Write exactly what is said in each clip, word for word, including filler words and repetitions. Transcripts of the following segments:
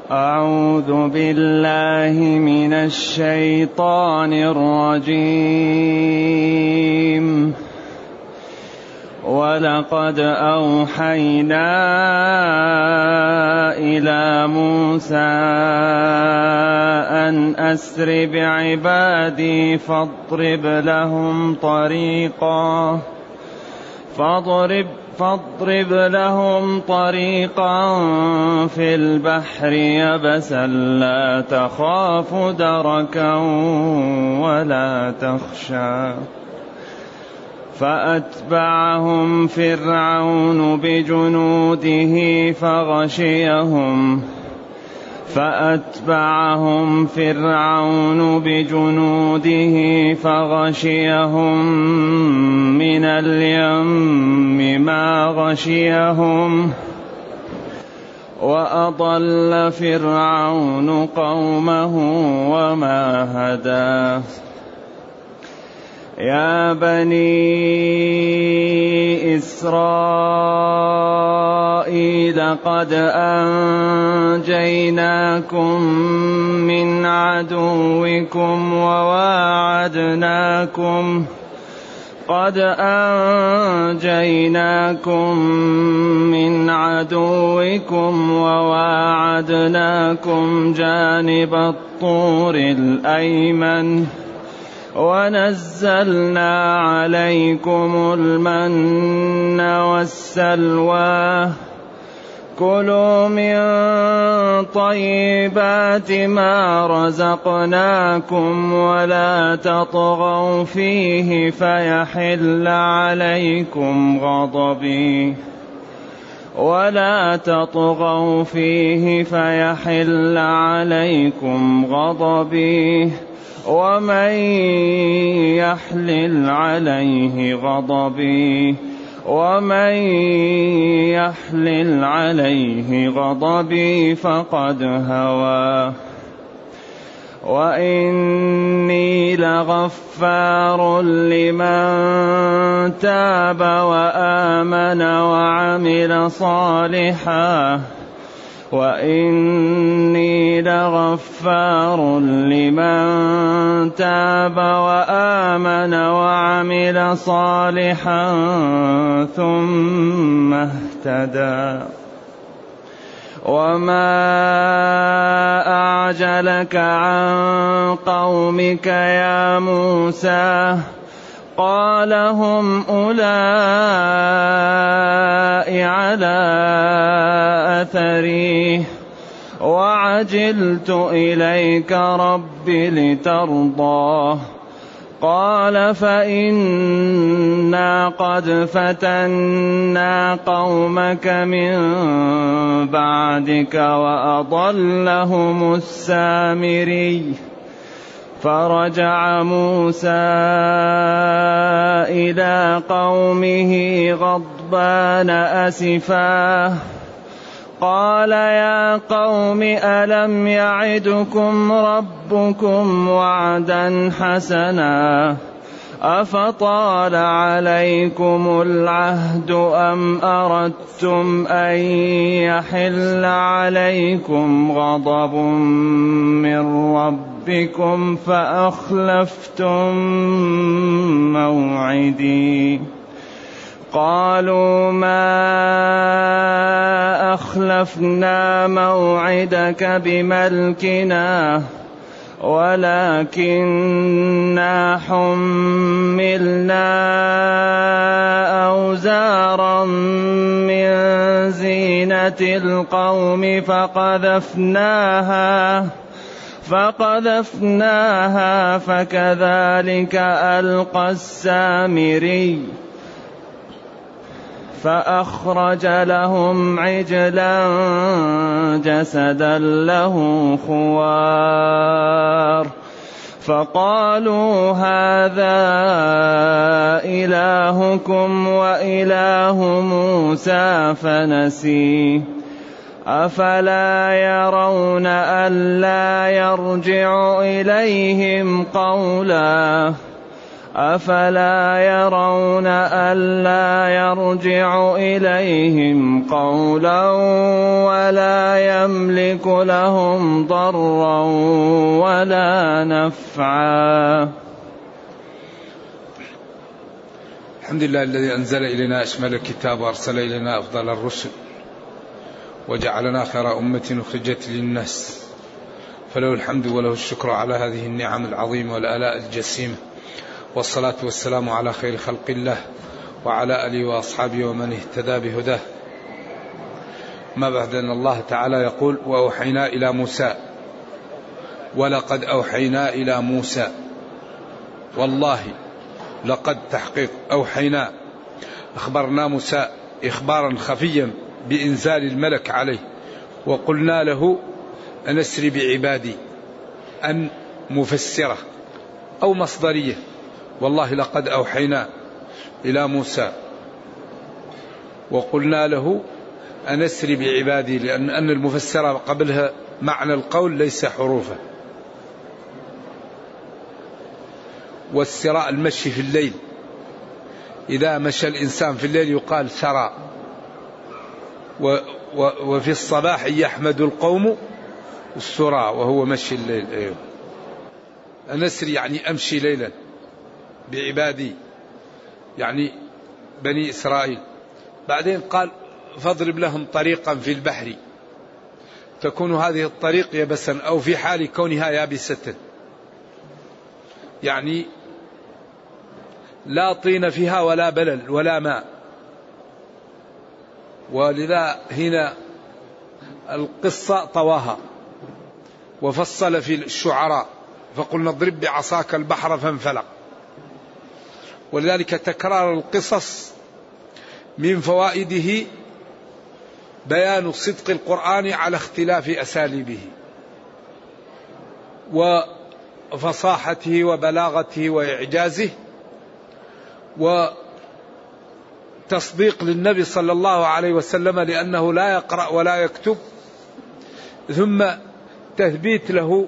أعوذ بالله من الشيطان الرجيم. ولقد أوحينا إلى موسى أن أسر بعبادي فاضرب لهم طريقا فاضرب فاضرب لهم طريقا في البحر يبسا لا تخاف دركا ولا تخشى. فأتبعهم فرعون بجنوده فغشيهم فأتبعهم فرعون بجنوده فغشيهم من اليم ما غشيهم. وأضل فرعون قومه وما هدى. يا بني إسرائيل قد أنجيناكم من عدوكم وواعدناكم قد أنجيناكم من عدوكم وواعدناكم جانب الطور الأيمن ونزلنا عليكم المن والسلوى. كلوا من طيبات ما رزقناكم ولا تطغوا فيه فيحل عليكم غضبي ولا تطغوا فيه فيحل عليكم غضبي. ومن يحلل عليه غضبي ومن يحلل عليه غضبي فقد هوى. وإني لغفار لمن تاب وآمن وعمل صالحا وإني لغفار لمن تاب وآمن وعمل صالحا ثم اهتدى. وما أعجلك عن قومك يا موسى؟ قال هم أولئك على أثري وعجلت إليك رب لترضى. قال فإنا قد فتنا قومك من بعدك وأضلهم السامري. فرجع موسى إلى قومه غضبان أسفا قال يا قوم ألم يعدكم ربكم وعدا حسنا أفطال عليكم العهد أم أردتم أن يحل عليكم غضب من ربكم فأخلفتم موعدي؟ قالوا ما أخلفنا موعدك بملكنا ولكننا حملنا أوزارا من زينة القوم فقذفناها فقذفناها فكذلك ألقى السامري. فأخرج لهم عجلا جسدا له خوار فقالوا هذا إلهكم وإله موسى فنسي. أفلا يرون ألا يرجع إليهم قولا أفلا يرون ألا يرجع إليهم قولا لا يملك لهم ضرا ولا نفعا. الحمد لله الذي أنزل إلينا أشمل الكتاب وأرسل إلينا أفضل الرسل وجعلنا خير أمة أخرجت للناس، فله الحمد وله الشكر على هذه النعم العظيمة والآلاء الجسيمة، والصلاة والسلام على خير خلق الله وعلى آله وأصحابه ومن اهتدى بهداه. ما بعد، أن الله تعالى يقول: وأوحينا إلى موسى، ولقد أوحينا إلى موسى. والله لقد تحقيق أوحينا، أخبرنا موسى إخبارا خفيا بإنزال الملك عليه، وقلنا له أن أسري بعبادي، أن مفسرة أو مصدرية. والله لقد أوحينا إلى موسى وقلنا له أن أسري بعبادي، لأن أن المفسرة قبلها معنى القول ليس حروفا. والسراء المشي في الليل، إذا مشى الإنسان في الليل يقال سرى، وفي الصباح يحمد القوم السرى وهو مشي الليل. أيوه. أن أسري يعني أمشي ليلا بعبادي، يعني بني إسرائيل. بعدين قال: فاضرب لهم طريقا في البحر، تكون هذه الطريق يبسا أو في حال كونها يابسة، يعني لا طين فيها ولا بلل ولا ماء. ولذا هنا القصة طواها وفصل في الشعراء، فقلنا اضرب بعصاك البحر فانفلق. ولذلك تكرار القصص من فوائده بيان صدق القرآن على اختلاف أساليبه وفصاحته وبلاغته وإعجازه، وتصديق للنبي صلى الله عليه وسلم لأنه لا يقرأ ولا يكتب، ثم تثبيت له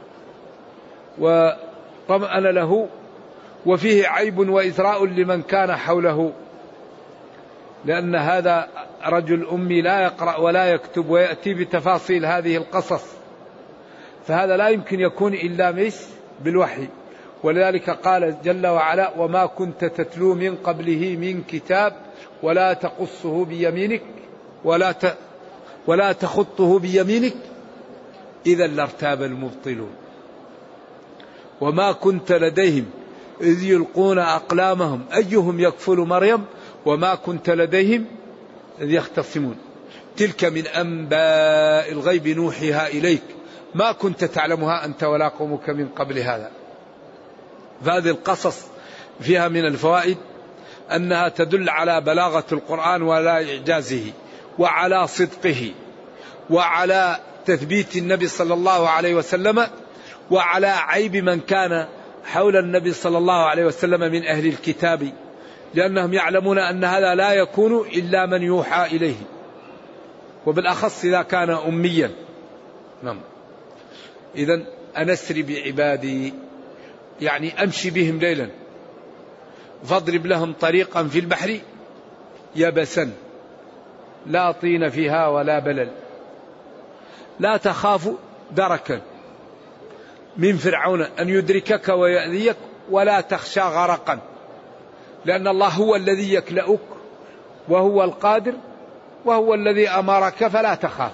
وطمأن له، وفيه عيب وإثراء لمن كان حوله، لأن هذا رجل أمي لا يقرأ ولا يكتب ويأتي بتفاصيل هذه القصص، فهذا لا يمكن يكون إلا مش بالوحي. ولذلك قال جل وعلا: وما كنت تتلو من قبله من كتاب ولا تقصه بيمينك ولا ت... ولا تخطه بيمينك إذا لارتاب المبطلون. وما كنت لديهم إذ يلقون أقلامهم أيهم يكفل مريم وما كنت لديهم إذ يختصمون. تلك من أنباء الغيب نوحيها إليك ما كنت تعلمها أنت ولا قومك من قبل هذا. فهذه القصص فيها من الفوائد أنها تدل على بلاغة القرآن وعلى إعجازه وعلى صدقه وعلى تثبيت النبي صلى الله عليه وسلم وعلى عيب من كان حول النبي صلى الله عليه وسلم من أهل الكتاب، لأنهم يعلمون أن هذا لا يكون إلا من يوحى إليه، وبالأخص إذا كان أميا. نعم. إذن أنسري بعبادي يعني أمشي بهم ليلا، فاضرب لهم طريقا في البحر يبسا لا طين فيها ولا بلل، لا تخاف دركا من فرعون أن يدركك ويأذيك ولا تخشى غرقا، لأن الله هو الذي يكلأك وهو القادر وهو الذي أمرك فلا تخاف.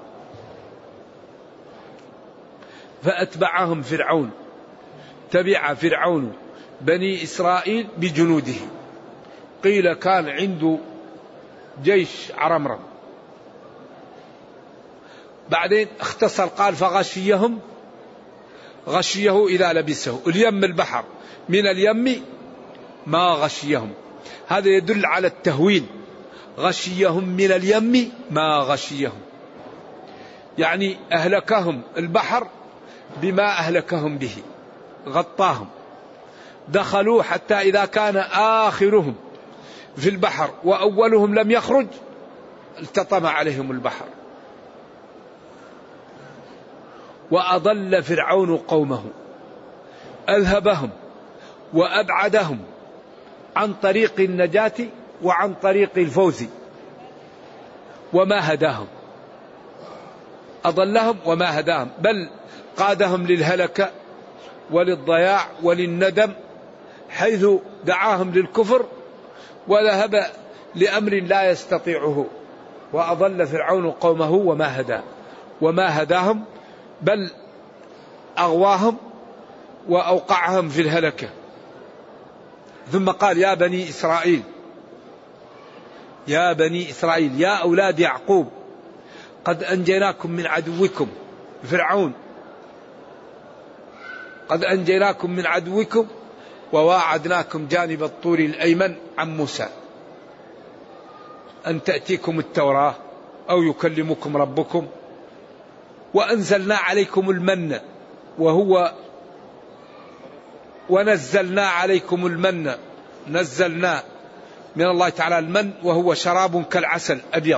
فأتبعهم فرعون، تبع فرعون بني إسرائيل بجنوده. قيل كان عنده جيش عرمرم، بعدين اختصر قال فغشيهم غشيه إذا لبسه اليم البحر من اليم ما غشيهم. هذا يدل على التهوين، غشيهم من اليم ما غشيهم، يعني أهلكهم البحر بما أهلكهم به، غطاهم. دخلوا حتى إذا كان آخرهم في البحر وأولهم لم يخرج التطم عليهم البحر. وأضل فرعون قومه، أذهبهم وأبعدهم عن طريق النجاة وعن طريق الفوز، وما هداهم. أضلهم وما هداهم، بل قادهم للهلكة وللضياع وللندم، حيث دعاهم للكفر وذهب لأمر لا يستطيعه، وأضل فرعون قومه وما هدى وما هداهم، بل أغواهم وأوقعهم في الهلكة. ثم قال يا بني إسرائيل، يا بني إسرائيل، يا أولاد يعقوب، قد أنجيناكم من عدوكم فرعون، قد أنجيناكم من عدوكم وواعدناكم جانب الطور الأيمن عن موسى أن تأتيكم التوراة أو يكلمكم ربكم، وأنزلنا عليكم المن وهو ونزلنا عليكم المن، نزلنا من الله تعالى المن وهو شراب كالعسل أبيض،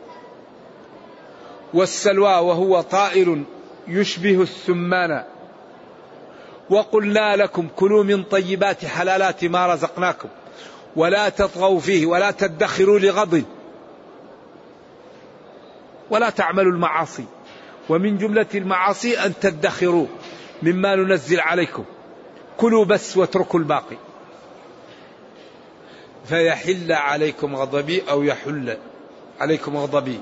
والسلوى وهو طائر يشبه السمان، وقلنا لكم كلوا من طيبات حلالات ما رزقناكم ولا تطغوا فيه ولا تدخروا لغض ولا تعملوا المعاصي، ومن جملة المعاصي أن تدخروا مما ننزل عليكم، كلوا بس واتركوا الباقي، فيحل عليكم غضبي أو يحل عليكم غضبي،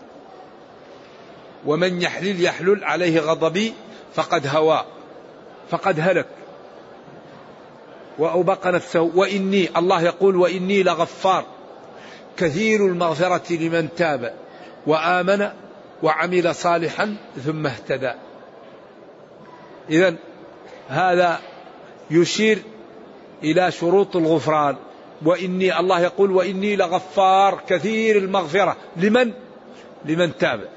ومن يحلل يحلل عليه غضبي فقد هوى فقد هلك وأوبق نفسه. وإني، الله يقول وإني لغفار كثير المغفرة لمن تاب وآمن وعمل صالحا ثم اهتدى. إذن هذا يشير إلى شروط الغفران. وإني، الله يقول وإني لغفار كثير المغفرة لمن لمن تاب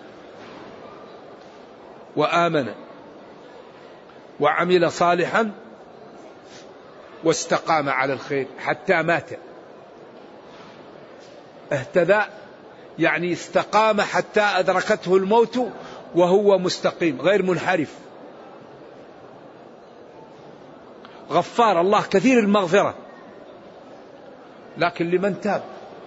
وآمن وعمل صالحا واستقام على الخير حتى مات. اهتدى يعني استقام حتى أدركته الموت وهو مستقيم غير منحرف. غفار، الله كثير المغفرة، لكن لمن تاب.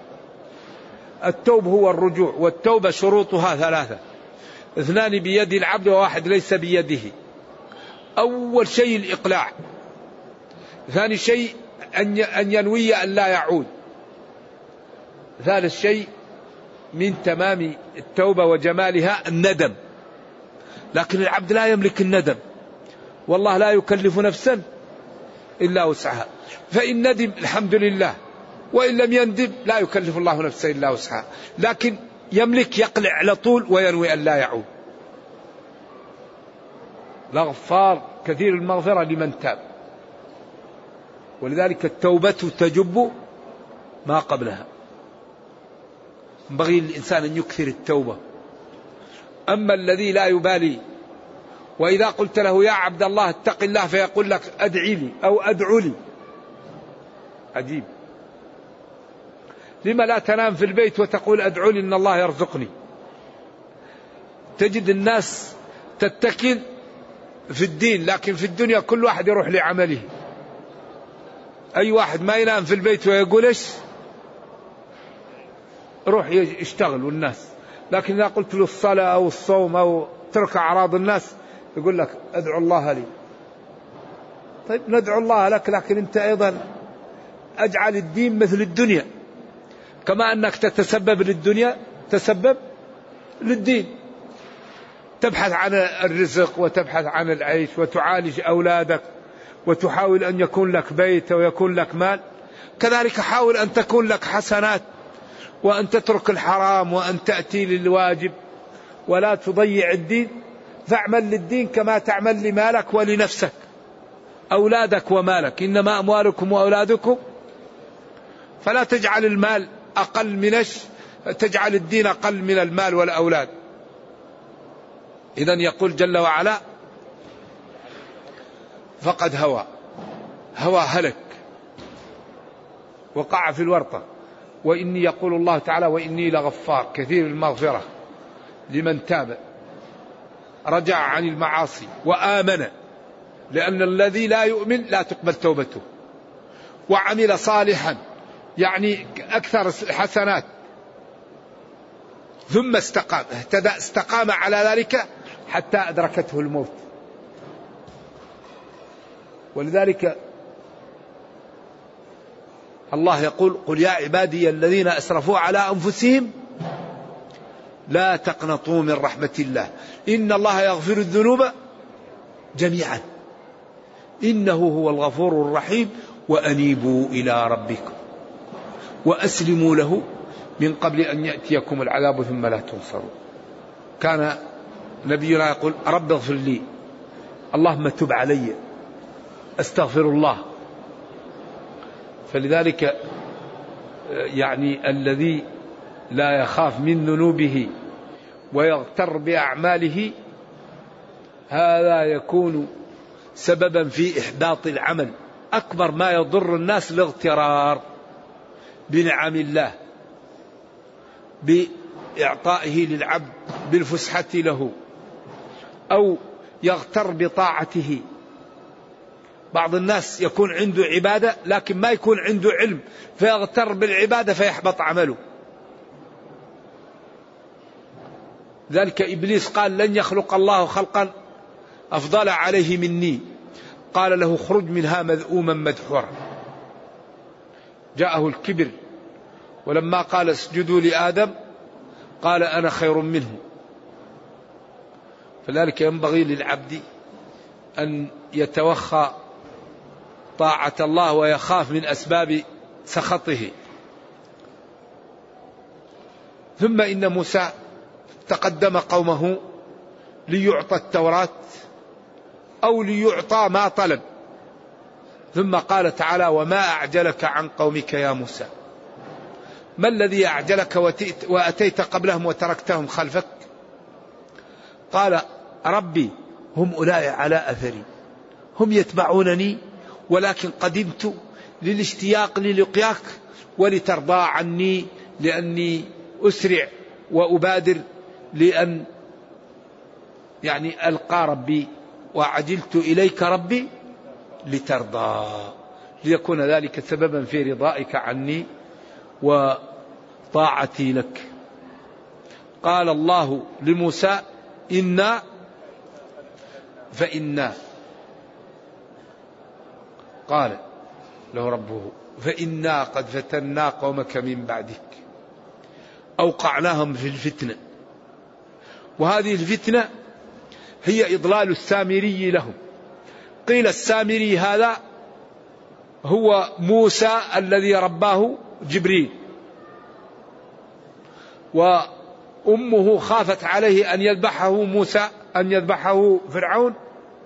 التوب هو الرجوع، والتوبة شروطها ثلاثة: اثنان بيد العبد وواحد ليس بيده. أول شيء الإقلاع، ثاني شيء أن ينوي أن لا يعود، ثالث شيء من تمام التوبة وجمالها الندم. لكن العبد لا يملك الندم، والله لا يكلف نفسا إلا وسعها، فإن ندم الحمد لله، وإن لم يندم لا يكلف الله نفسا إلا وسعها، لكن يملك يقلع على طول وينوي أن لا يعود. لغفار كثير المغفرة لمن تاب، ولذلك التوبة تجب ما قبلها. ينبغي للإنسان أن يكثر التوبة. أما الذي لا يبالي، وإذا قلت له يا عبد الله اتق الله فيقول لك أدعي لي أو أدعو لي، عجيب. لما لا تنام في البيت وتقول أدعو لي إن الله يرزقني؟ تجد الناس تتكل في الدين، لكن في الدنيا كل واحد يروح لعمله. أي واحد ما ينام في البيت ويقول إيش روح يشتغل والناس، لكن إذا قلت له الصلاة أو الصوم أو ترك أعراض الناس يقول لك أدعو الله لي. طيب ندعو الله لك، لكن أنت أيضا أجعل الدين مثل الدنيا، كما أنك تتسبب للدنيا تسبب للدين. تبحث عن الرزق وتبحث عن العيش وتعالج أولادك وتحاول أن يكون لك بيت ويكون لك مال، كذلك حاول أن تكون لك حسنات وأن تترك الحرام وأن تأتي للواجب ولا تضيع الدين. فاعمل للدين كما تعمل لمالك ولنفسك، أولادك ومالك، إنما أموالكم وأولادكم، فلا تجعل المال أقل منش تجعل الدين أقل من المال والأولاد. إذن يقول جل وعلا فقد هوى هوى هلك وقع في الورطة. وإني، يقول الله تعالى وإني لغفار كثير المغفرة لمن تاب رجع عن المعاصي وآمن، لأن الذي لا يؤمن لا تقبل توبته، وعمل صالحا يعني أكثر حسنات، ثم استقام، اهتدى استقام على ذلك حتى أدركته الموت. ولذلك الله يقول قل يا عبادي الذين أسرفوا على أنفسهم لا تقنطوا من رحمة الله إن الله يغفر الذنوب جميعا إنه هو الغفور الرحيم وأنيبوا إلى ربكم وأسلموا له من قبل أن يأتيكم العذاب ثم لا تنصرون. كان نبينا يقول رب اغفر لي اللهم تب علي أستغفر الله. فلذلك يعني الذي لا يخاف من ذنوبه ويغتر بأعماله هذا يكون سببا في إحباط العمل. أكبر ما يضر الناس الاغترار بنعم الله بإعطائه للعبد بالفسحة له أو يغتر بطاعته. بعض الناس يكون عنده عبادة لكن ما يكون عنده علم فيغتر بالعبادة فيحبط عمله. ذلك إبليس قال لن يخلق الله خلقا أفضل عليه مني قال له خرج منها مذءوما مدحورا. جاءه الكبر ولما قال اسجدوا لآدم قال أنا خير منه. فذلك ينبغي للعبد أن يتوخى طاعة الله ويخاف من أسباب سخطه. ثم إن موسى تقدم قومه ليعطى التوراة أو ليعطى ما طلب، ثم قال تعالى وما أعجلك عن قومك يا موسى. ما الذي أعجلك وأتيت قبلهم وتركتهم خلفك؟ قال ربي هم أولئك على أثري هم يتبعونني ولكن قدمت للاشتياق للقياك ولترضى عني لأني أسرع وأبادر لأن يعني ألقى ربي وعجلت إليك ربي لترضى ليكون ذلك سببا في رضائك عني وطاعتي لك. قال الله لموسى إنا فإنا قال له ربه فإنا قد فتنا قومك من بعدك أوقعناهم في الفتنة. وهذه الفتنة هي إضلال السامري لهم. قيل السامري هذا هو موسى الذي رباه جبريل وأمه خافت عليه أن يذبحه موسى أن يذبحه فرعون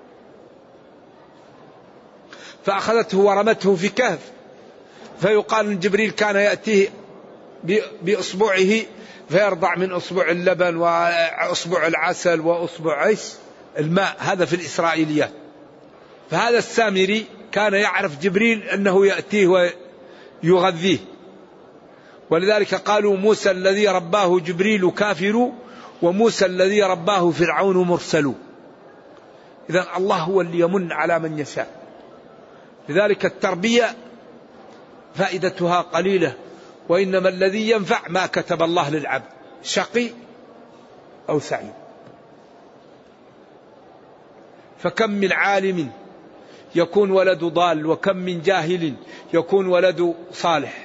فأخذته ورمته في كهف. فيقال أن جبريل كان يأتيه بأصبعه فيرضع من أصبع اللبن وأصبع العسل وأصبع عيش الماء. هذا في الإسرائيليات. فهذا السامري كان يعرف جبريل أنه يأتيه ويغذيه. ولذلك قالوا موسى الذي رباه جبريل كافر وموسى الذي رباه فرعون مرسل. إذن الله هو اللي يمن على من يشاء. لذلك التربية فائدتها قليلة وإنما الذي ينفع ما كتب الله للعبد شقي أو سعيد. فكم من عالم يكون ولد ضال وكم من جاهل يكون ولد صالح.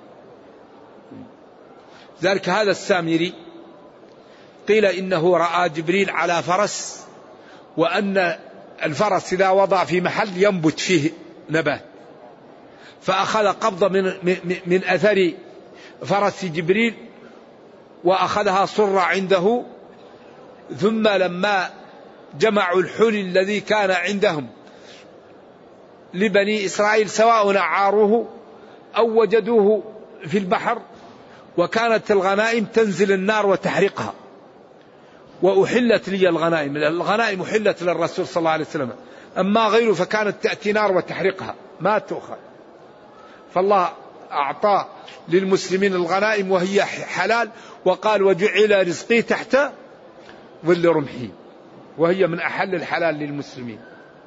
ذلك هذا السامري قيل إنه رأى جبريل على فرس وأن الفرس إذا وضع في محل ينبت فيه نبات فأخذ قبضة من, من, من أثر فرس جبريل وأخذها صرة عنده. ثم لما جمعوا الحلي الذي كان عندهم لبني إسرائيل سواء أعاروه أو وجدوه في البحر وكانت الغنائم تنزل النار وتحرقها. وأحلت لي الغنائم الغنائم أحلت للرسول صلى الله عليه وسلم أما غيره فكانت تأتي نار وتحرقها ما تؤخذ. فالله أعطى للمسلمين الغنائم وهي حلال وقال وجعل رزقي تحت ظل رمحي وهي من أحل الحلال للمسلمين.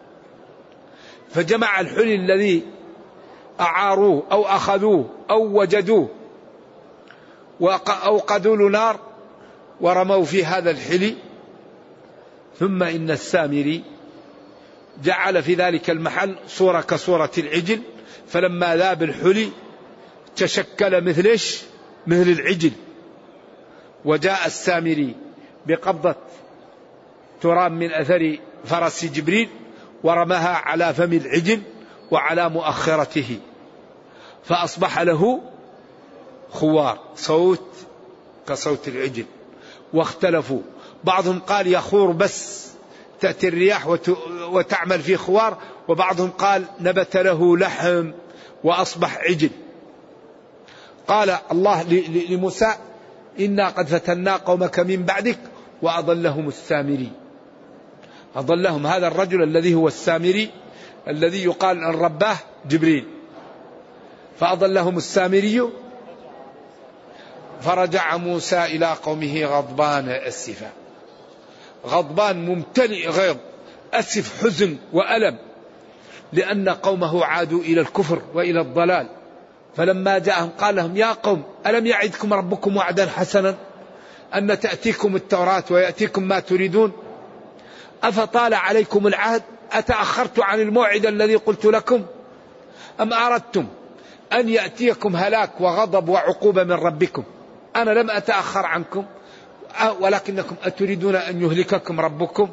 فجمع الحلي الذي أعاروه أو أخذوه أو وجدوه وأوقدوا له نار ورموا في هذا الحلي. ثم إن السامري جعل في ذلك المحل صورة كصورة العجل، فلما ذاب الحلي تشكل مثلش مثل العجل. وجاء السامري بقبضة تراب من أثر فرس جبريل ورماها على فم العجل وعلى مؤخرته، فأصبح له خوار صوت كصوت العجل. واختلفوا، بعضهم قال يخور بس تأتي الرياح وتعمل في خوار، وبعضهم قال نبت له لحم وأصبح عجل. قال الله لموسى إنا قد فتنا قومك من بعدك وأضلهم السامري. أضلهم هذا الرجل الذي هو السامري الذي يقال أن رباه جبريل، فأضلهم السامري. فرجع موسى إلى قومه غضبان أسفا، غضبان ممتلئ غيظ، أسف حزن وألم، لأن قومه عادوا إلى الكفر وإلى الضلال. فلما جاءهم قال لهم يا قوم ألم يعدكم ربكم وعدا حسنا أن تأتيكم التوراة ويأتيكم ما تريدون، أفطال عليكم العهد أتأخرت عن الموعد الذي قلت لكم، أم أردتم أن يأتيكم هلاك وغضب وعقوبة من ربكم؟ أنا لم أتأخر عنكم ولكنكم أتريدون أن يهلككم ربكم.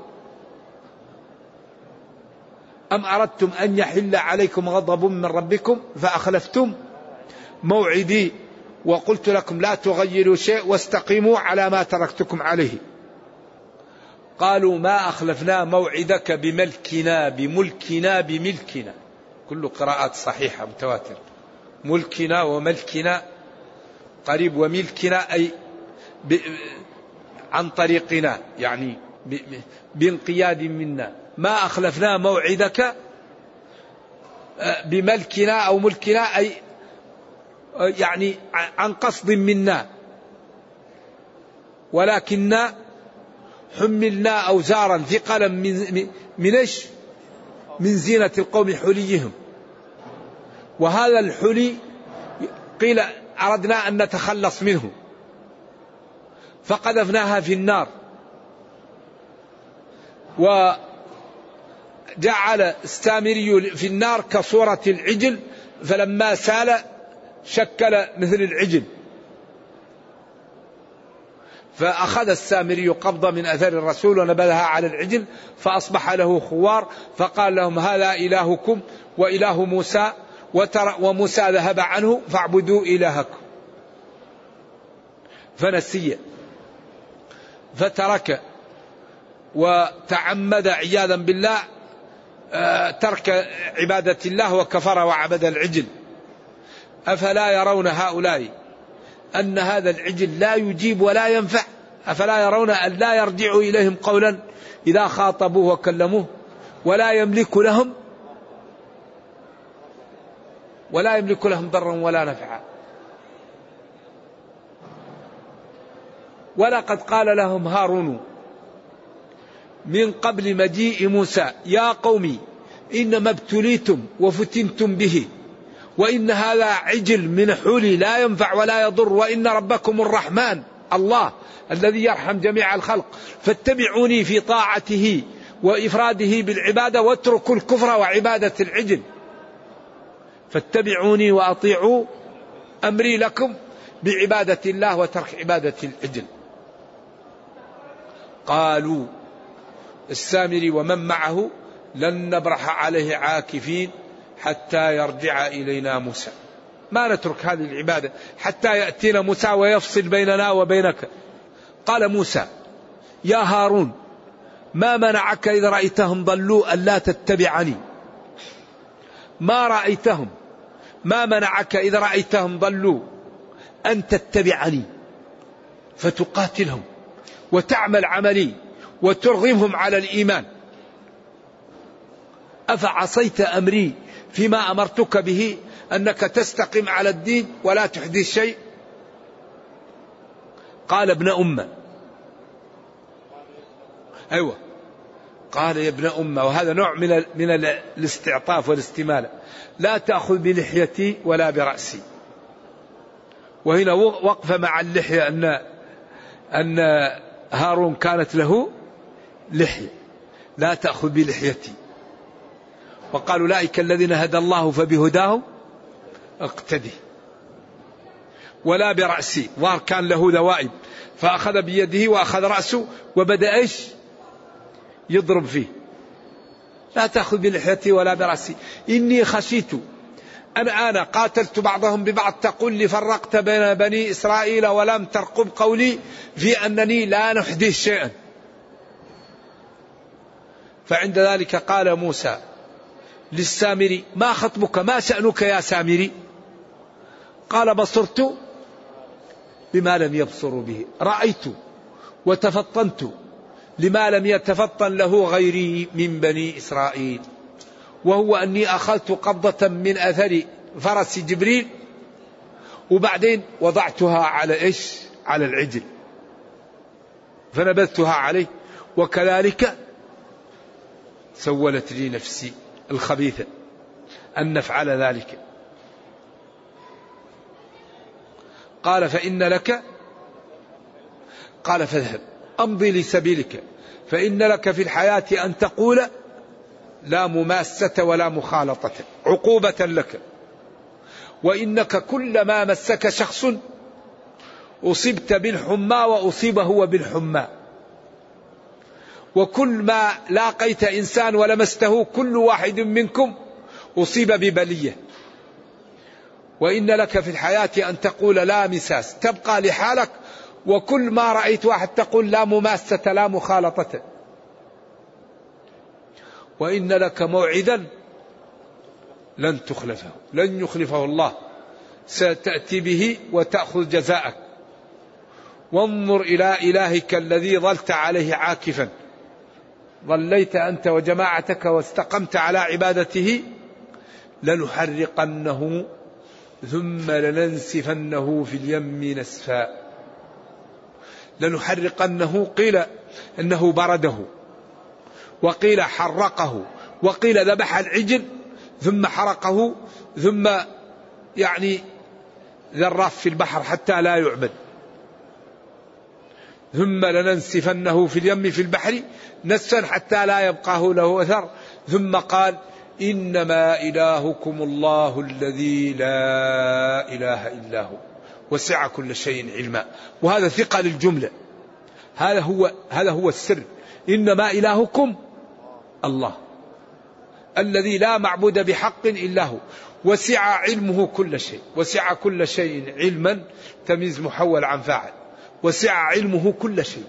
أم أردتم أن يحل عليكم غضب من ربكم فأخلفتم موعدي وقلت لكم لا تغيروا شيء واستقيموا على ما تركتكم عليه. قالوا ما أخلفنا موعدك بملكنا بملكنا بملكنا، كل قراءات صحيحة متواتر، ملكنا وملكنا قريب، وملكنا أي ب... عن طريقنا يعني ب... بانقياد منا. ما أخلفنا موعدك بملكنا أو ملكنا أي يعني عن قصد منا، ولكننا حملنا أوزارا ثقلا من من إيش؟ من زينة القوم حليهم. وهذا الحلي قيل أردنا أن نتخلص منه فقذفناها في النار، وجعل السامري في النار كصورة العجل، فلما سال شكل مثل العجل. فأخذ السامري قبضة من أثر الرسول ونبذها على العجل فأصبح له خوار، فقال لهم هذا إلهكم وإله موسى وموسى ذهب عنه فاعبدوا إلهكم. فنسي فترك وتعمد عياذا بالله ترك عبادة الله وكفر وعبد العجل. أفلا يرون هؤلاء أن هذا العجل لا يجيب ولا ينفع؟ أفلا يرون أن لا يرجع إليهم قولا إذا خاطبوه وكلموه، ولا يملك لهم ولا يملك لهم ضرا ولا نفعا؟ ولقد قال لهم هارون من قبل مجيء موسى يا قوم إنما ابتليتم وفتنتم به وإن هذا عجل من حولي لا ينفع ولا يضر، وإن ربكم الرحمن الله الذي يرحم جميع الخلق، فاتبعوني في طاعته وإفراده بالعبادة واتركوا الكفر وعبادة العجل، فاتبعوني وأطيعوا أمري لكم بعبادة الله وترك عبادة العجل. قالوا السامري ومن معه لن نبرح عليه عاكفين حتى يرجع إلينا موسى، ما نترك هذه العبادة حتى يأتينا موسى ويفصل بيننا وبينك. قال موسى يا هارون ما منعك إذا رأيتهم ضلوا ألا تتبعني؟ ما رأيتهم ما منعك إذا رأيتهم ضلوا أن تتبعني فتقاتلهم وتعمل عملي وترغمهم على الإيمان؟ أفعصيت أمري فيما أمرتك به أنك تستقم على الدين ولا تحدث شيء؟ قال ابن أمة، أيوة قال يا ابن أمة، وهذا نوع من من الاستعطاف والاستمالة، لا تأخذ بلحيتي ولا برأسي. وهنا وقف مع اللحية أن أن هارون كانت له لحية، لا تأخذ بلحيتي. وقالوا أولئك الذين هدى الله فبهداه اقتدي. ولا برأسي، ظهر كان له ذوائب فأخذ بيده وأخذ رأسه وبدأ إيش يضرب فيه. لا تأخذ بلحيتي ولا برأسي إني خشيت أن أنا قاتلت بعضهم ببعض تقول لي فرقت بين بني إسرائيل ولم ترقب قولي في أنني لا نحدث شيئا. فعند ذلك قال موسى للسامري ما خطبك ما شأنك يا سامري؟ قال بصرت بما لم يبصروا به، رأيت وتفطنت لما لم يتفطن له غيري من بني إسرائيل، وهو أني أخذت قبضة من أثر فرس جبريل وبعدين وضعتها على إيش على العجل فنبذتها عليه، وكذلك سولت لي نفسي الخبيثة أن نفعل ذلك. قال فإن لك، قال فاذهب أمضي لسبيلك فإن لك في الحياة أن تقول لا مماسة ولا مخالطة عقوبة لك، وإنك كلما مسك شخص أصبت بالحمى وأصيب هو بالحمى، وكل ما لاقيت إنسان ولمسته كل واحد منكم أصيب ببلية، وإن لك في الحياة أن تقول لا مساس تبقى لحالك، وكل ما رأيت واحد تقول لا مماسة لا مخالطة، وإن لك موعدا لن تخلفه، لن يخلفه الله، ستأتي به وتأخذ جزاءك. وانظر إلى إلهك الذي ظلت عليه عاكفا، ظليت أنت وجماعتك واستقمت على عبادته، لنحرقنه ثم لننسفنه في اليم نسفا. لنحرقنه قيل إنه برده، وقيل حرقه، وقيل ذبح العجل ثم حرقه ثم يعني ذراف في البحر حتى لا يعبد. ثم لننسفنه في اليم في البحر نسفا حتى لا يبقاه له أثر. ثم قال إنما إلهكم الله الذي لا إله إلا هو وسع كل شيء علما. وهذا ثقة للجملة، هذا هو هذا هو السر. إنما إلهكم الله الذي لا معبود بحق إلا هو وسع علمه كل شيء. وسع كل شيء علما تمييز محول عن فاعل، وسع علمه كل شيء.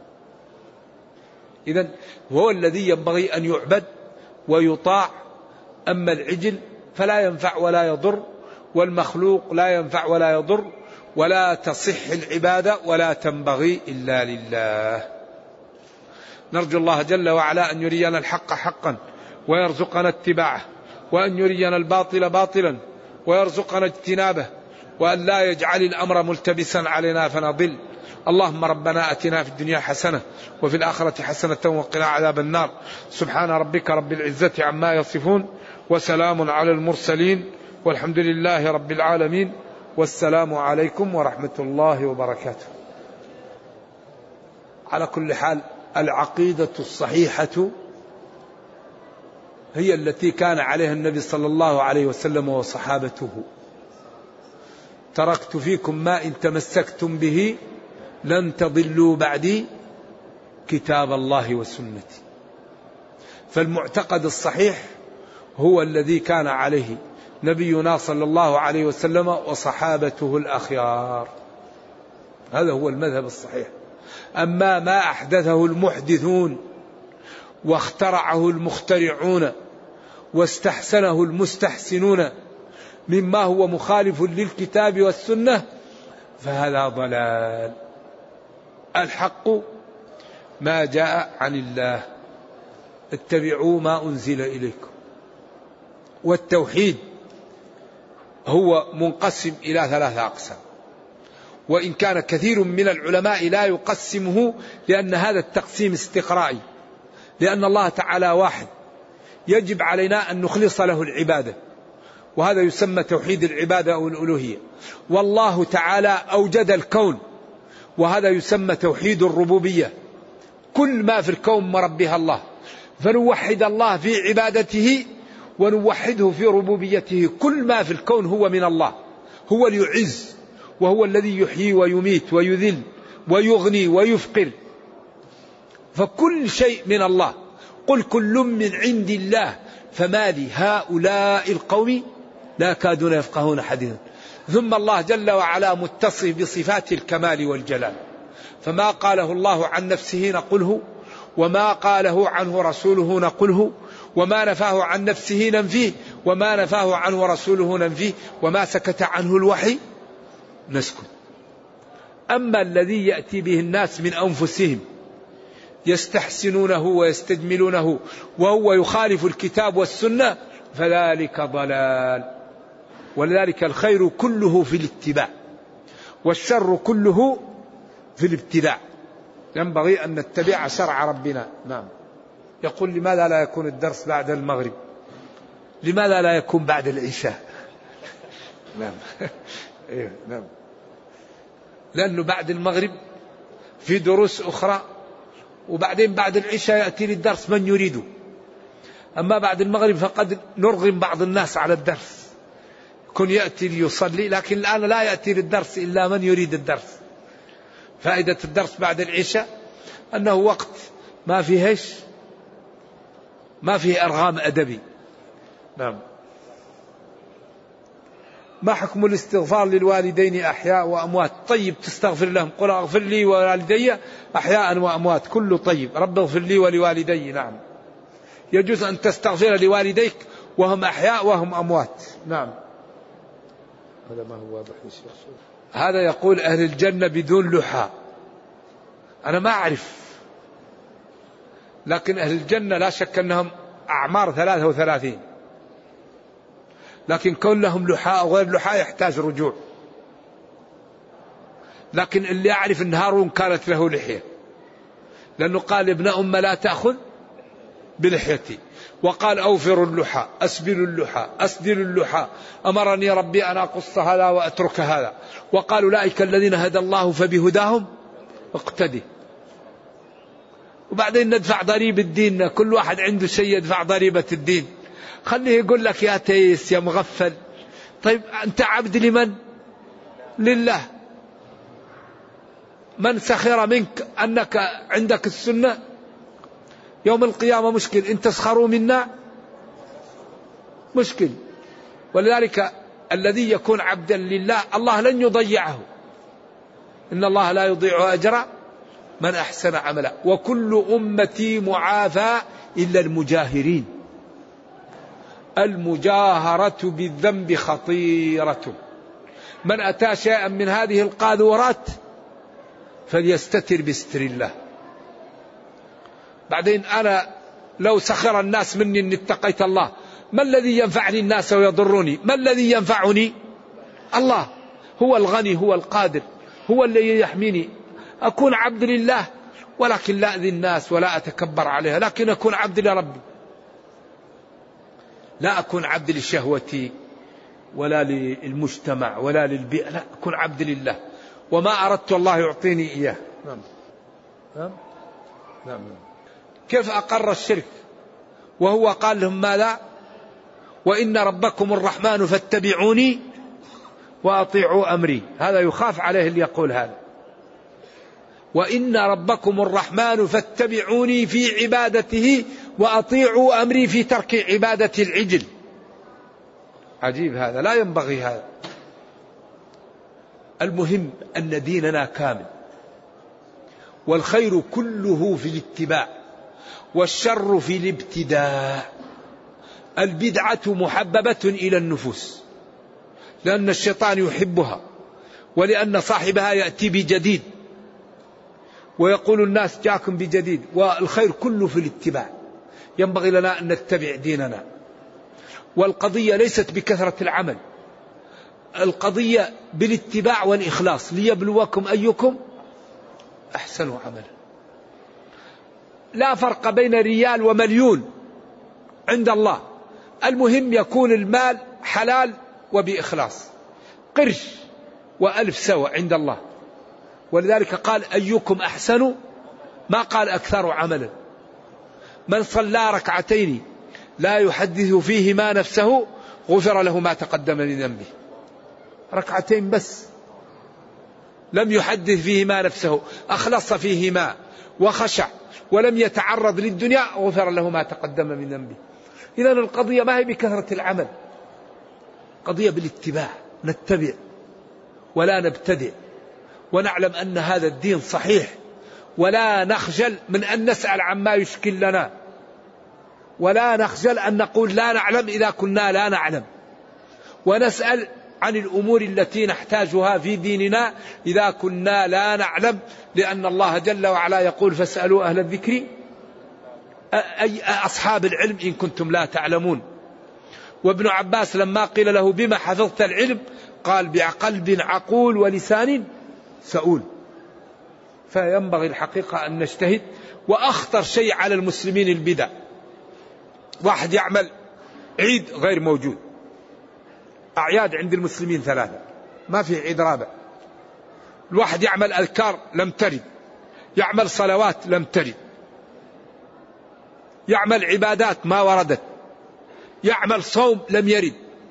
إذن هو الذي ينبغي أن يعبد ويطاع. أما العجل فلا ينفع ولا يضر، والمخلوق لا ينفع ولا يضر، ولا تصح العبادة ولا تنبغي إلا لله. نرجو الله جل وعلا أن يرينا الحق حقا ويرزقنا اتباعه، وأن يرينا الباطل باطلا ويرزقنا اجتنابه، وأن لا يجعل الأمر ملتبسا علينا فنضل. اللهم ربنا أتنا في الدنيا حسنة وفي الآخرة حسنة وقنا عذاب النار. سبحان ربك رب العزة عما يصفون وسلام على المرسلين والحمد لله رب العالمين، والسلام عليكم ورحمة الله وبركاته. على كل حال العقيدة الصحيحة هي التي كان عليها النبي صلى الله عليه وسلم وصحابته. تركت فيكم ما إن تمسكتم به لن تضلوا بعدي كتاب الله وسنتي. فالمعتقد الصحيح هو الذي كان عليه نبينا صلى الله عليه وسلم وصحابته الأخيار. هذا هو المذهب الصحيح. أما ما أحدثه المحدثون واخترعه المخترعون واستحسنه المستحسنون مما هو مخالف للكتاب والسنة فهذا ضلال. الحق ما جاء عن الله، اتبعوا ما أنزل إليكم. والتوحيد هو منقسم إلى ثلاثة أقسام، وإن كان كثير من العلماء لا يقسمه لأن هذا التقسيم استقرائي، لأن الله تعالى واحد يجب علينا أن نخلص له العبادة، وهذا يسمى توحيد العبادة أو الألوهية. والله تعالى أوجد الكون وهذا يسمى توحيد الربوبية. كل ما في الكون مربيها الله، فنوحد الله في عبادته ونوحده في ربوبيته. كل ما في الكون هو من الله، هو اللي يعز وهو الذي يحيي ويميت ويذل ويغني ويفقر، فكل شيء من الله. قل كل من عند الله فما لي هؤلاء القوم لا يكادون يفقهون حديثا. ثم الله جل وعلا متصف بصفات الكمال والجلال، فما قاله الله عن نفسه نقله، وما قاله عنه رسوله نقله، وما نفاه عن نفسه ننفيه، وما نفاه عنه رسوله ننفيه، وما سكت عنه الوحي نسكت. أما الذي يأتي به الناس من أنفسهم يستحسنونه ويستجملونه وهو يخالف الكتاب والسنة فذلك ضلال. ولذلك الخير كله في الاتباع والشر كله في الابتداع. ينبغي أن نتبع شرع ربنا. نعم. يقول لماذا لا يكون الدرس بعد المغرب؟ لماذا لا يكون بعد العشاء؟ نعم. إيه نعم. لأنه بعد المغرب في دروس أخرى، وبعدين بعد العشاء يأتي للدرس من يريده. أما بعد المغرب فقد نرغم بعض الناس على الدرس، كن يأتي ليصلي، لكن الآن لا يأتي للدرس إلا من يريد الدرس. فائدة الدرس بعد العشاء أنه وقت ما فيهش ما فيه أرغام أدبي. نعم. ما حكم الاستغفار للوالدين أحياء وأموات؟ طيب تستغفر لهم، قل اغفر لي ووالدي أحياء وأموات، كله طيب. رب اغفر لي ولوالدي. نعم، يجوز أن تستغفر لوالديك وهم أحياء وهم أموات. نعم. هذا ما هو واضح للشيخ. هذا يقول أهل الجنة بدون لحى. أنا ما أعرف، لكن أهل الجنة لا شك أنهم أعمار ثلاثة وثلاثين، لكن كون لهم لحاء أو غير لحاء يحتاج رجوع. لكن اللي أعرف أن هارون كانت له لحية، لأنه قال ابن أم لا تأخذ بلحيتي، وقال أوفر اللحى، أسبل اللحى، أسدل اللحى، أمرني ربي أن أقص هذا وأترك هذا. وقال أولئك الذين هدى الله فبهداهم اقتدي. وبعدين ندفع ضريبة الدين، كل واحد عنده شيء يدفع ضريبة الدين. خليه يقول لك يا تيس يا مغفل. طيب أنت عبد لمن؟ لله. من سخر منك أنك عندك السنة يوم القيامة مشكل، إن تسخروا منا مشكل. ولذلك الذي يكون عبدا لله الله لن يضيعه، إن الله لا يضيع أجر من أحسن عملا. وكل أمتي معافى إلا المجاهرين. المجاهرة بالذنب خطيرة، من أتى شيئا من هذه القاذورات فليستتر بستر الله. بعدين أنا لو سخر الناس مني إن اتقيت الله، ما الذي ينفعني الناس ويضرني؟ ما الذي ينفعني؟ الله هو الغني، هو القادر، هو الذي يحميني. أكون عبد لله ولكن لا أذي الناس ولا أتكبر عليها، لكن أكون عبد لربي، لا أكون عبد لشهوتي ولا للمجتمع ولا للبيئة، لا أكون عبد لله وما أردت الله يعطيني إياه. نعم. نعم. نعم. كيف أقر الشرك وهو قال لهم ماذا؟ وإن ربكم الرحمن فاتبعوني وأطيعوا أمري. هذا يخاف عليه اللي يقول هذا. وإن ربكم الرحمن فاتبعوني في عبادته وأطيعوا أمري في ترك عبادة العجل. عجيب هذا، لا ينبغي هذا. المهم أن ديننا كامل، والخير كله في الاتباع والشر في الابتداع. البدعة محببة إلى النفوس لأن الشيطان يحبها، ولأن صاحبها يأتي بجديد ويقول الناس جاكم بجديد. والخير كله في الاتباع، ينبغي لنا أن نتبع ديننا. والقضية ليست بكثرة العمل، القضية بالاتباع والإخلاص، ليبلوكم أيكم أحسن عملا. لا فرق بين ريال ومليون عند الله، المهم يكون المال حلال وبإخلاص. قرش وألف سوى عند الله، ولذلك قال أيكم أحسن، ما قال أكثر عملا. من صلى ركعتين لا يحدث فيهما نفسه غفر له ما تقدم من ذنبه. ركعتين بس لم يحدث فيهما نفسه، أخلص فيهما وخشع ولم يتعرض للدنيا، غفر له ما تقدم من ذنبه. إذن القضية ما هي بكثرة العمل، قضية بالاتباع، نتبع ولا نبتدع، ونعلم أن هذا الدين صحيح، ولا نخجل من أن نسأل عما يشكل لنا، ولا نخجل أن نقول لا نعلم إذا كنا لا نعلم، ونسأل عن الأمور التي نحتاجها في ديننا إذا كنا لا نعلم، لأن الله جل وعلا يقول فاسألوا أهل الذكر أي أصحاب العلم إن كنتم لا تعلمون. وابن عباس لما قيل له بما حفظت العلم قال بقلب عقول ولسان سؤول. فينبغي الحقيقة أن نجتهد. وأخطر شيء على المسلمين البدع، واحد يعمل عيد غير موجود. أعياد عند المسلمين ثلاثة، ما في عيد رابع. الواحد يعمل أذكار لم ترد، يعمل صلوات لم ترد، يعمل عبادات ما وردت، يعمل صوم لم يرد.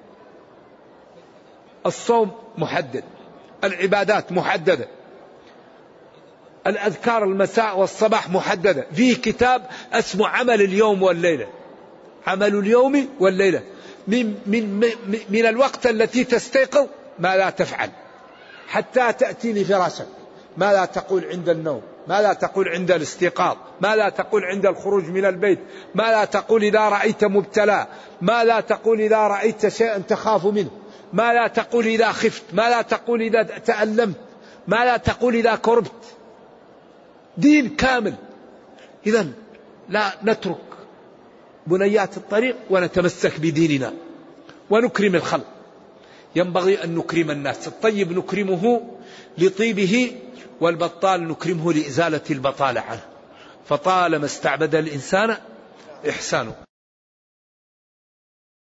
الصوم محدد، العبادات محددة، الأذكار المساء والصباح محددة. فيه كتاب اسمه عمل اليوم والليلة، عمل اليوم والليلة، من, من, من, من الوقت التي تستيقظ ما لا تفعل حتى تأتي لفراشك، ما لا تقول عند النوم، ما لا تقول عند الاستيقاظ، ما لا تقول عند الخروج من البيت، ما لا تقول إذا رأيت مبتلى، ما لا تقول إذا رأيت شيئا تخاف منه، ما لا تقول إذا خفت، ما لا تقول إذا تألمت، ما لا تقول إذا كربت. دين كامل. إذن لا نترك بنيات الطريق ونتمسك بديننا ونكرم الخلق. ينبغي أن نكرم الناس، الطيب نكرمه لطيبه، والبطال نكرمه لإزالة البطالة عنه. فطالما استعبد الإنسان إحسانه.